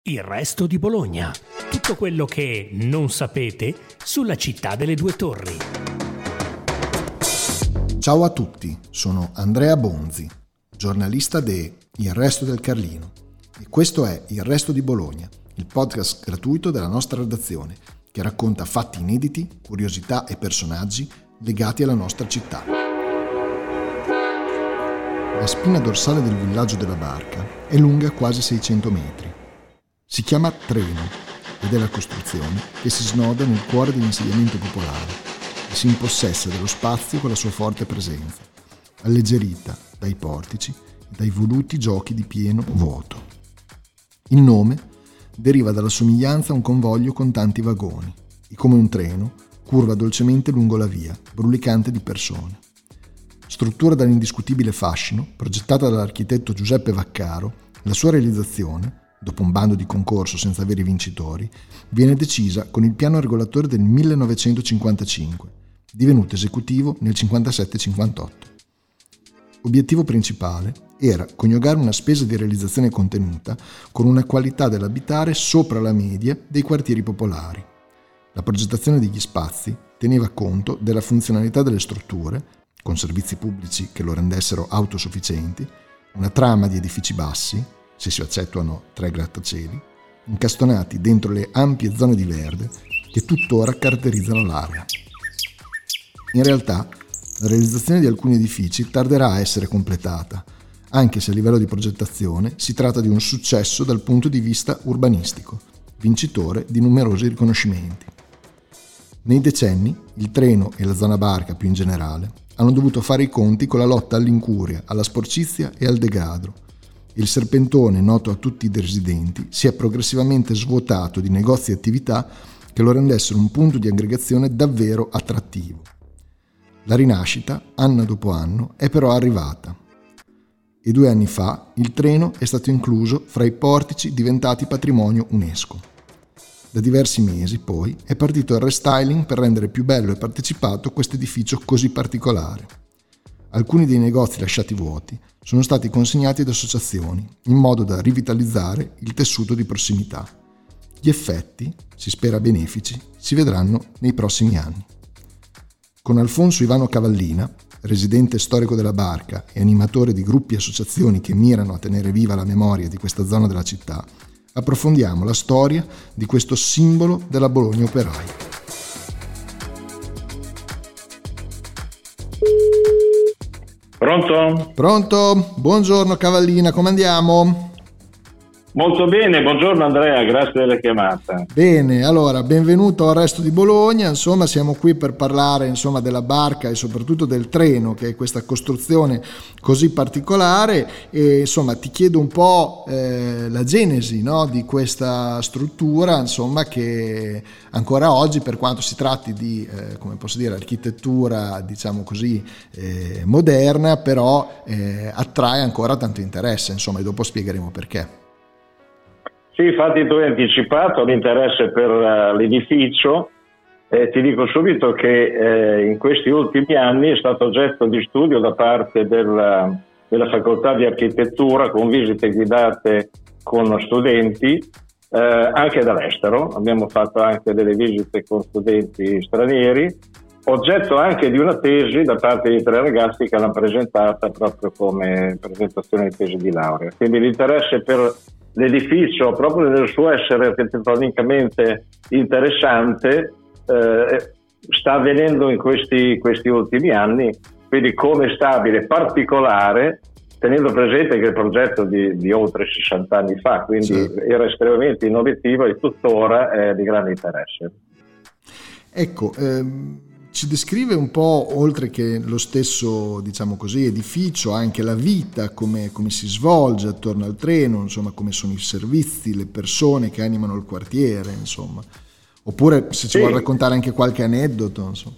Il resto di Bologna. Tutto quello che non sapete sulla città delle due torri. Ciao a tutti, sono Andrea Bonzi, giornalista de Il Resto del Carlino, e questo è Il Resto di Bologna, il podcast gratuito della nostra redazione che racconta fatti inediti, curiosità e personaggi legati alla nostra città. La spina dorsale del villaggio della Barca è lunga quasi 600 metri. Si chiama Treno ed è la costruzione che si snoda nel cuore dell'insediamento popolare e si impossessa dello spazio con la sua forte presenza, alleggerita dai portici e dai voluti giochi di pieno vuoto. Il nome deriva dalla somiglianza a un convoglio con tanti vagoni e, come un treno, curva dolcemente lungo la via, brulicante di persone. Struttura dall'indiscutibile fascino, progettata dall'architetto Giuseppe Vaccaro, la sua realizzazione, dopo un bando di concorso senza veri vincitori, viene decisa con il piano regolatore del 1955, divenuto esecutivo nel 57-58. Obiettivo principale era coniugare una spesa di realizzazione contenuta con una qualità dell'abitare sopra la media dei quartieri popolari. La progettazione degli spazi teneva conto della funzionalità delle strutture, con servizi pubblici che lo rendessero autosufficienti, una trama di edifici bassi, se si accettano 3 grattacieli, incastonati dentro le ampie zone di verde che tuttora caratterizzano l'area. In realtà, la realizzazione di alcuni edifici tarderà a essere completata, anche se a livello di progettazione si tratta di un successo dal punto di vista urbanistico, vincitore di numerosi riconoscimenti. Nei decenni, il Treno e la zona Barca più in generale hanno dovuto fare i conti con la lotta all'incuria, alla sporcizia e al degrado. Il serpentone, noto a tutti i residenti, si è progressivamente svuotato di negozi e attività che lo rendessero un punto di aggregazione davvero attrattivo. La rinascita, anno dopo anno, è però arrivata. E 2 anni fa il Treno è stato incluso fra i portici diventati patrimonio UNESCO. Da diversi mesi, poi, è partito il restyling per rendere più bello e partecipato questo edificio così particolare. Alcuni dei negozi lasciati vuoti sono stati consegnati ad associazioni, in modo da rivitalizzare il tessuto di prossimità. Gli effetti, si spera benefici, si vedranno nei prossimi anni. Con Alfonso Ivano Cavallina, residente storico della Barca e animatore di gruppi e associazioni che mirano a tenere viva la memoria di questa zona della città, approfondiamo la storia di questo simbolo della Bologna operaia. Pronto? Pronto? Buongiorno Cavallina, come andiamo? Molto bene, buongiorno Andrea, grazie della chiamata. Bene, allora, benvenuto al Resto di Bologna, insomma siamo qui per parlare della Barca e soprattutto del Treno, che è questa costruzione così particolare, e insomma ti chiedo un po' la genesi, no, di questa struttura, insomma, che ancora oggi, per quanto si tratti di, come posso dire, architettura, diciamo così, moderna, però attrae ancora tanto interesse, insomma, e dopo spiegheremo perché. Sì, infatti tu hai anticipato l'interesse per l'edificio. Ti dico subito che in questi ultimi anni è stato oggetto di studio da parte della facoltà di architettura, con visite guidate con studenti anche dall'estero. Abbiamo fatto anche delle visite con studenti stranieri, oggetto anche di una tesi da parte di 3 ragazzi che l'hanno presentata proprio come presentazione di tesi di laurea. Quindi l'interesse per l'edificio, proprio nel suo essere architettonicamente interessante, sta avvenendo in questi ultimi anni, quindi come stabile particolare, tenendo presente che il progetto di oltre 60 anni fa, quindi sì, era estremamente innovativo e tuttora è di grande interesse. Ecco, ci descrive un po', oltre che lo stesso, diciamo così, edificio, anche la vita, come si svolge attorno al Treno, insomma, come sono i servizi, le persone che animano il quartiere, insomma. Oppure se ci vuoi raccontare anche qualche aneddoto, insomma.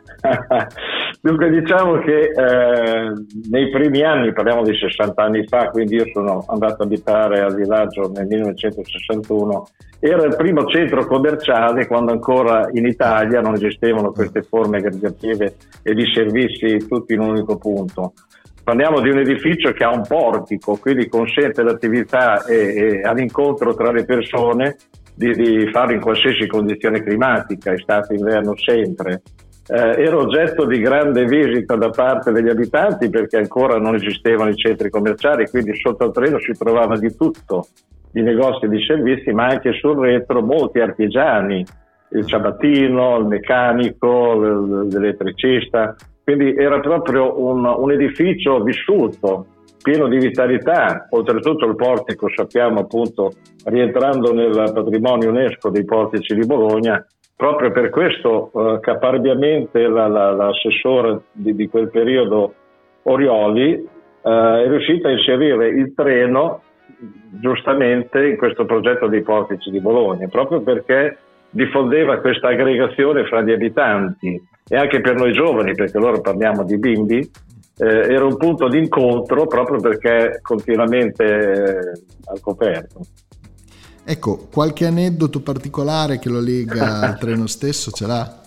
Dunque diciamo che nei primi anni, parliamo di 60 anni fa, quindi io sono andato a abitare al villaggio nel 1961, era il primo centro commerciale quando ancora in Italia non esistevano queste forme aggregative e di servizi tutti in un unico punto. parliamo di un edificio che ha un portico, quindi consente l'attività e all'incontro tra le persone di farlo in qualsiasi condizione climatica, estate, inverno, sempre. Era oggetto di grande visita da parte degli abitanti perché ancora non esistevano i centri commerciali, quindi sotto al treno si trovava di tutto, di negozi e di servizi, ma anche sul retro molti artigiani, il ciabattino, il meccanico, l'elettricista, quindi era proprio un edificio vissuto, pieno di vitalità. Oltretutto il portico, sappiamo appunto, rientrando nel patrimonio UNESCO dei portici di Bologna, proprio per questo caparbiamente l'assessore di quel periodo Orioli è riuscita a inserire il treno giustamente in questo progetto dei portici di Bologna, proprio perché diffondeva questa aggregazione fra gli abitanti e anche per noi giovani, perché loro parliamo di bimbi, era un punto di incontro proprio perché continuamente al coperto. Ecco, qualche aneddoto particolare che lo lega al treno stesso ce l'ha?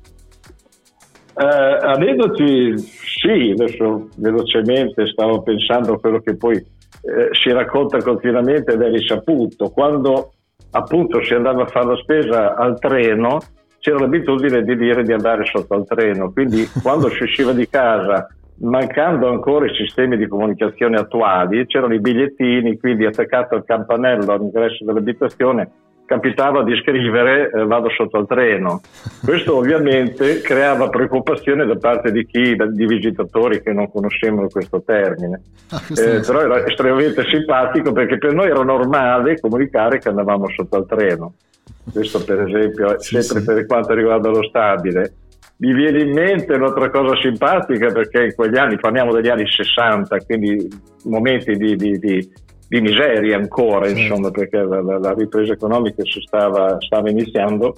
Aneddoti sì, adesso velocemente stavo pensando a quello che poi si racconta continuamente ed è risaputo. Quando appunto si andava a fare la spesa al treno c'era l'abitudine di dire di andare sotto al treno, quindi quando si usciva di casa, mancando ancora i sistemi di comunicazione attuali, c'erano i bigliettini, quindi attaccato al campanello all'ingresso dell'abitazione capitava di scrivere vado sotto al treno. Questo ovviamente creava preoccupazione da parte di visitatori che non conoscevano questo termine, però era estremamente simpatico perché per noi era normale comunicare che andavamo sotto al treno. Questo per esempio sempre per quanto riguarda lo stabile. Mi viene in mente un'altra cosa simpatica, perché in quegli anni, parliamo degli anni 60, quindi momenti di miseria ancora, insomma, perché la ripresa economica stava iniziando.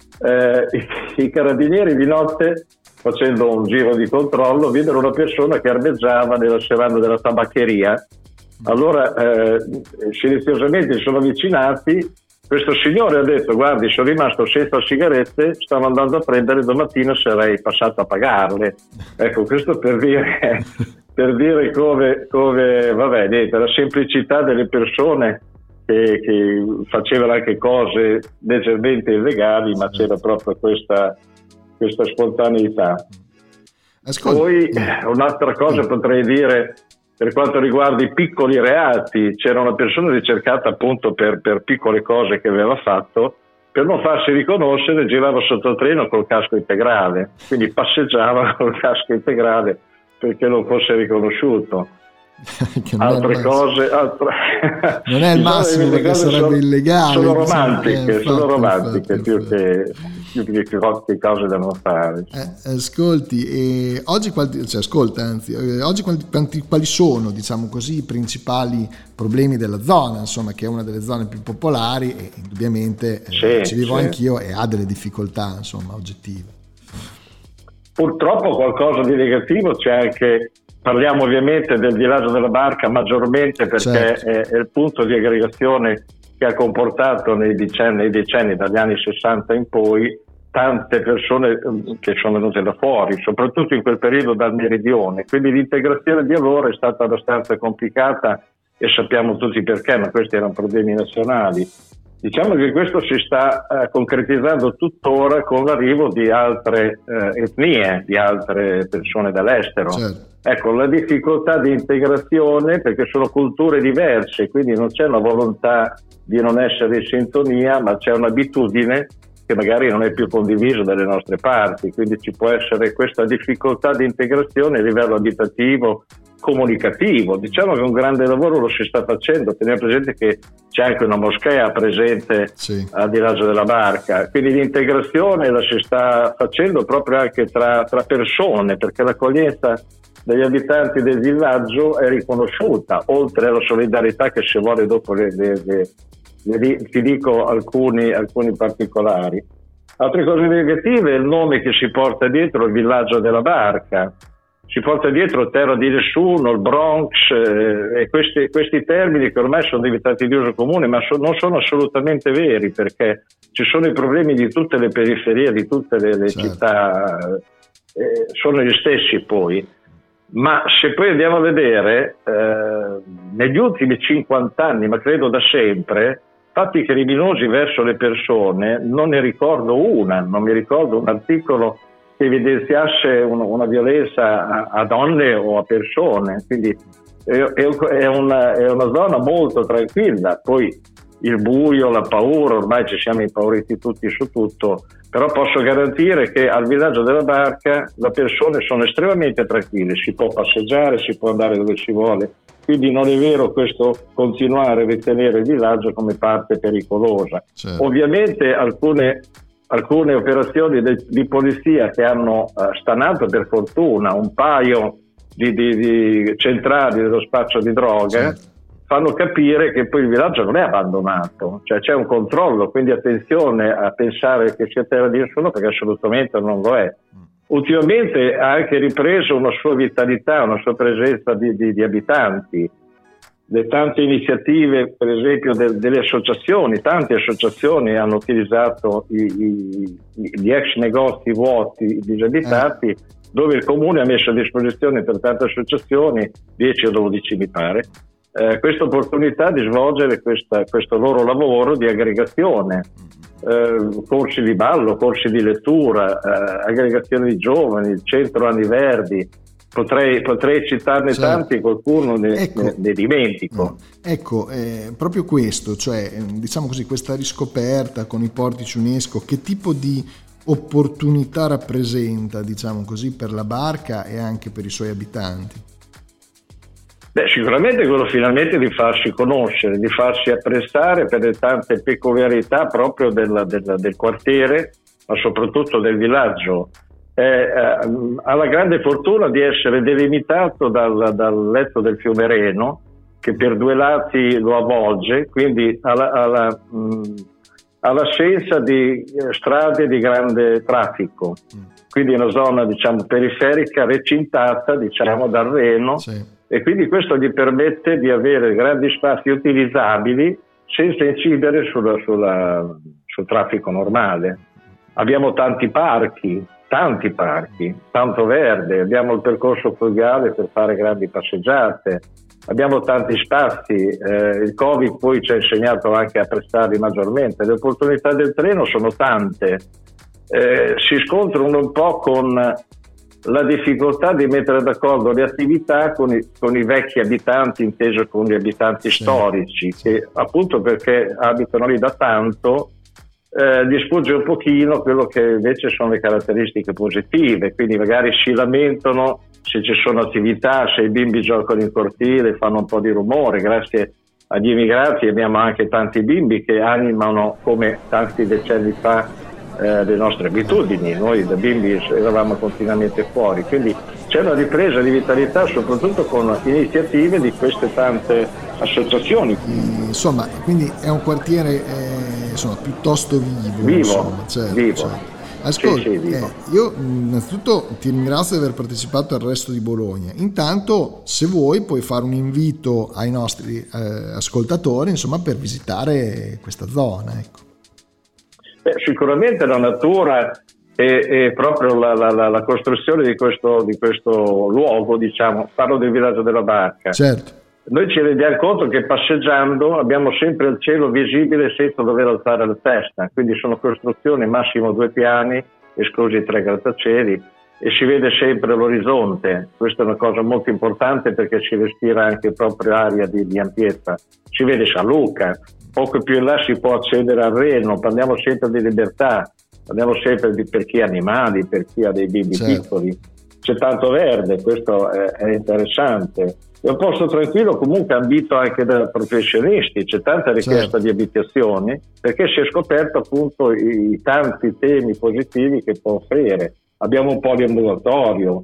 I carabinieri di notte, facendo un giro di controllo, videro una persona che ardeggiava nella serranda della tabaccheria. Allora silenziosamente si sono avvicinati. Questo signore ha detto: guardi, sono rimasto senza sigarette, stavo andando a prendere, domattina sarei passato a pagarle. Ecco, questo per dire come vabbè, niente, la semplicità delle persone che facevano anche cose leggermente illegali, ma c'era proprio questa spontaneità. Poi un'altra cosa potrei dire, per quanto riguarda i piccoli reati, c'era una persona ricercata appunto per piccole cose che aveva fatto, per non farsi riconoscere girava sotto il treno col casco integrale, quindi passeggiava col casco integrale perché non fosse riconosciuto. Altre cose non è il massimo perché sarebbe illegale. Sono romantiche più che cose da non fare. Ascolti, oggi quali sono, diciamo così, i principali problemi della zona, insomma, che è una delle zone più popolari e indubbiamente ci vivo anch'io e ha delle difficoltà, insomma, oggettive. Purtroppo qualcosa di negativo c'è anche. Parliamo ovviamente del villaggio della Barca maggiormente perché è il punto di aggregazione che ha comportato nei decenni dagli anni 60 in poi tante persone che sono venute da fuori, soprattutto in quel periodo dal meridione, quindi l'integrazione di loro è stata abbastanza complicata e sappiamo tutti perché, ma questi erano problemi nazionali. Diciamo che questo si sta concretizzando tuttora con l'arrivo di altre etnie, di altre persone dall'estero. Certo. Ecco, la difficoltà di integrazione, perché sono culture diverse, quindi non c'è una volontà di non essere in sintonia, ma c'è un'abitudine che magari non è più condivisa dalle nostre parti, quindi ci può essere questa difficoltà di integrazione a livello abitativo, comunicativo. Diciamo che un grande lavoro lo si sta facendo. Teniamo presente che c'è anche una moschea presente al villaggio della Barca, quindi l'integrazione la si sta facendo proprio anche tra persone, perché l'accoglienza degli abitanti del villaggio è riconosciuta, oltre alla solidarietà che si vuole dopo ti dico alcuni particolari. Altre cose negative è il nome che si porta dietro, il villaggio della Barca. Si porta dietro terra di nessuno, il Bronx, e questi termini che ormai sono diventati di uso comune, ma non sono assolutamente veri, perché ci sono i problemi di tutte le periferie, di tutte le città, sono gli stessi poi. Ma se poi andiamo a vedere, negli ultimi 50 anni, ma credo da sempre, fatti criminosi verso le persone, non ne ricordo una, non mi ricordo un articolo che evidenziasse una violenza a donne o a persone, quindi è una zona molto tranquilla. Poi il buio, la paura, ormai ci siamo impauriti tutti su tutto, però posso garantire che al villaggio della Barca le persone sono estremamente tranquille, si può passeggiare, si può andare dove si vuole, quindi non è vero questo continuare a ritenere il villaggio come parte pericolosa. Certo. Ovviamente alcune operazioni di polizia che hanno stanato per fortuna un paio di centrali dello spaccio di droga, certo, fanno capire che poi il villaggio non è abbandonato, cioè c'è un controllo, quindi attenzione a pensare che sia terra di nessuno, perché assolutamente non lo è. Ultimamente ha anche ripreso una sua vitalità, una sua presenza di abitanti. Le tante iniziative, per esempio, delle associazioni, tante associazioni hanno utilizzato gli ex negozi vuoti disabitati, dove il comune ha messo a disposizione per tante associazioni, 10 o 12 mi pare, questa opportunità di svolgere questo loro lavoro di aggregazione, corsi di ballo, corsi di lettura, aggregazione di giovani, il centro Anni Verdi. Potrei citarne tanti, qualcuno ne dimentico. Ecco, proprio questo, cioè diciamo così, questa riscoperta con i portici UNESCO, che tipo di opportunità rappresenta, diciamo così, per la Barca e anche per i suoi abitanti? Beh, sicuramente quello finalmente di farsi conoscere, di farsi apprezzare per le tante peculiarità proprio del quartiere, ma soprattutto del villaggio. Ha la grande fortuna di essere delimitato dal letto del fiume Reno, che per due lati lo avvolge, quindi ha l'assenza di strade di grande traffico, quindi è una zona, diciamo, periferica recintata, diciamo, dal Reno, e quindi questo gli permette di avere grandi spazi utilizzabili senza incidere sul traffico normale. Abbiamo tanti parchi, tanto verde, abbiamo il percorso fluviale per fare grandi passeggiate, abbiamo tanti spazi, il Covid poi ci ha insegnato anche a prestarli maggiormente, le opportunità del treno sono tante, si scontrano un po' con la difficoltà di mettere d'accordo le attività con i vecchi abitanti, inteso con gli abitanti storici, che appunto perché abitano lì da tanto, gli sfugge un pochino quello che invece sono le caratteristiche positive, quindi magari si lamentano se ci sono attività, se i bimbi giocano in cortile, fanno un po' di rumore. Grazie agli immigrati abbiamo anche tanti bimbi che animano, come tanti decenni fa, le nostre abitudini. Noi da bimbi eravamo continuamente fuori, quindi c'è una ripresa di vitalità soprattutto con iniziative di queste tante associazioni. Insomma, quindi è un quartiere piuttosto vivo. Insomma, certo, vivo. Certo. Ascolta, vivo. Io innanzitutto ti ringrazio di aver partecipato al Resto di Bologna. Intanto, se vuoi, puoi fare un invito ai nostri ascoltatori, insomma, per visitare questa zona, ecco. Sicuramente la natura e proprio la costruzione di questo luogo, diciamo, parlo del villaggio della Barca. Certo. Noi ci rendiamo conto che passeggiando abbiamo sempre il cielo visibile senza dover alzare la testa, quindi sono costruzioni massimo 2 piani, esclusi 3 grattacieli, e si vede sempre l'orizzonte. Questa è una cosa molto importante perché si respira anche proprio aria di ampiezza. Si vede San Luca, poco più in là si può accedere al Reno, parliamo sempre di libertà, parliamo sempre per chi ha animali, per chi ha dei bimbi piccoli. C'è tanto verde, questo è interessante. È un posto tranquillo, comunque ambito anche da professionisti, c'è tanta richiesta di abitazioni perché si è scoperto appunto i tanti temi positivi che può offrire. Abbiamo un poliambulatorio,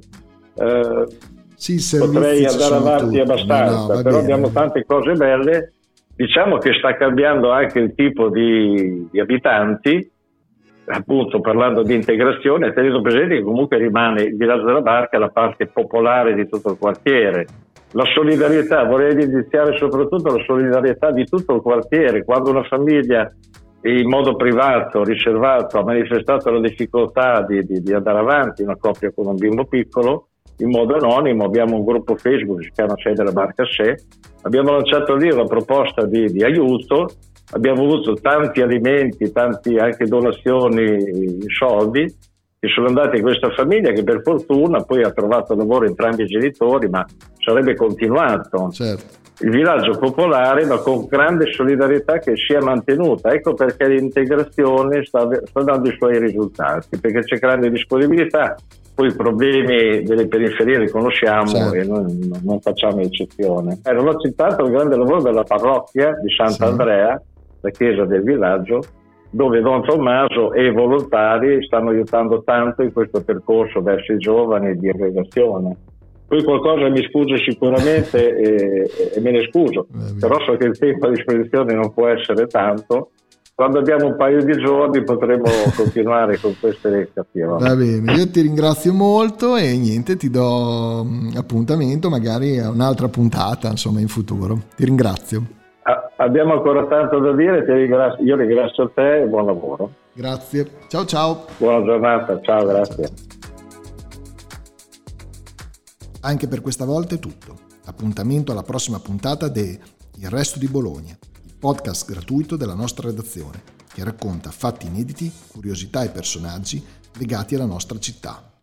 potrei andare avanti abbastanza, però abbiamo tante cose belle. Diciamo che sta cambiando anche il tipo di abitanti, appunto parlando di integrazione, tenendo presente che comunque rimane il villaggio della Barca la parte popolare di tutto il quartiere. La solidarietà, vorrei evidenziare soprattutto la solidarietà di tutto il quartiere. Quando una famiglia in modo privato, riservato, ha manifestato la difficoltà di andare avanti, una coppia con un bimbo piccolo, in modo anonimo, abbiamo un gruppo Facebook che si chiama Sei della Barca Se, abbiamo lanciato lì una proposta di aiuto, abbiamo avuto tanti alimenti, tanti anche donazioni in soldi che sono andati in questa famiglia che per fortuna poi ha trovato lavoro entrambi i genitori, ma sarebbe continuato. Certo. Il villaggio popolare, ma con grande solidarietà che si è mantenuta. Ecco perché l'integrazione sta dando i suoi risultati, perché c'è grande disponibilità. Poi i problemi delle periferie li conosciamo, certo, e noi non facciamo eccezione. Non ho citato il grande lavoro della parrocchia di Sant'Andrea, la chiesa del villaggio, dove Don Tommaso e i volontari stanno aiutando tanto in questo percorso verso i giovani di aggregazione. Poi qualcosa mi sfugge sicuramente e me ne scuso, però so che il tempo a disposizione non può essere tanto. Quando abbiamo un paio di giorni potremo continuare con queste elencazioni. Va bene, io ti ringrazio molto e niente, ti do appuntamento magari a un'altra puntata, insomma, in futuro. Ti ringrazio. Abbiamo ancora tanto da dire, io ringrazio te e buon lavoro. Grazie, ciao ciao. Buona giornata, ciao, grazie. Anche per questa volta è tutto. Appuntamento alla prossima puntata de Il Resto di Bologna, il podcast gratuito della nostra redazione che racconta fatti inediti, curiosità e personaggi legati alla nostra città.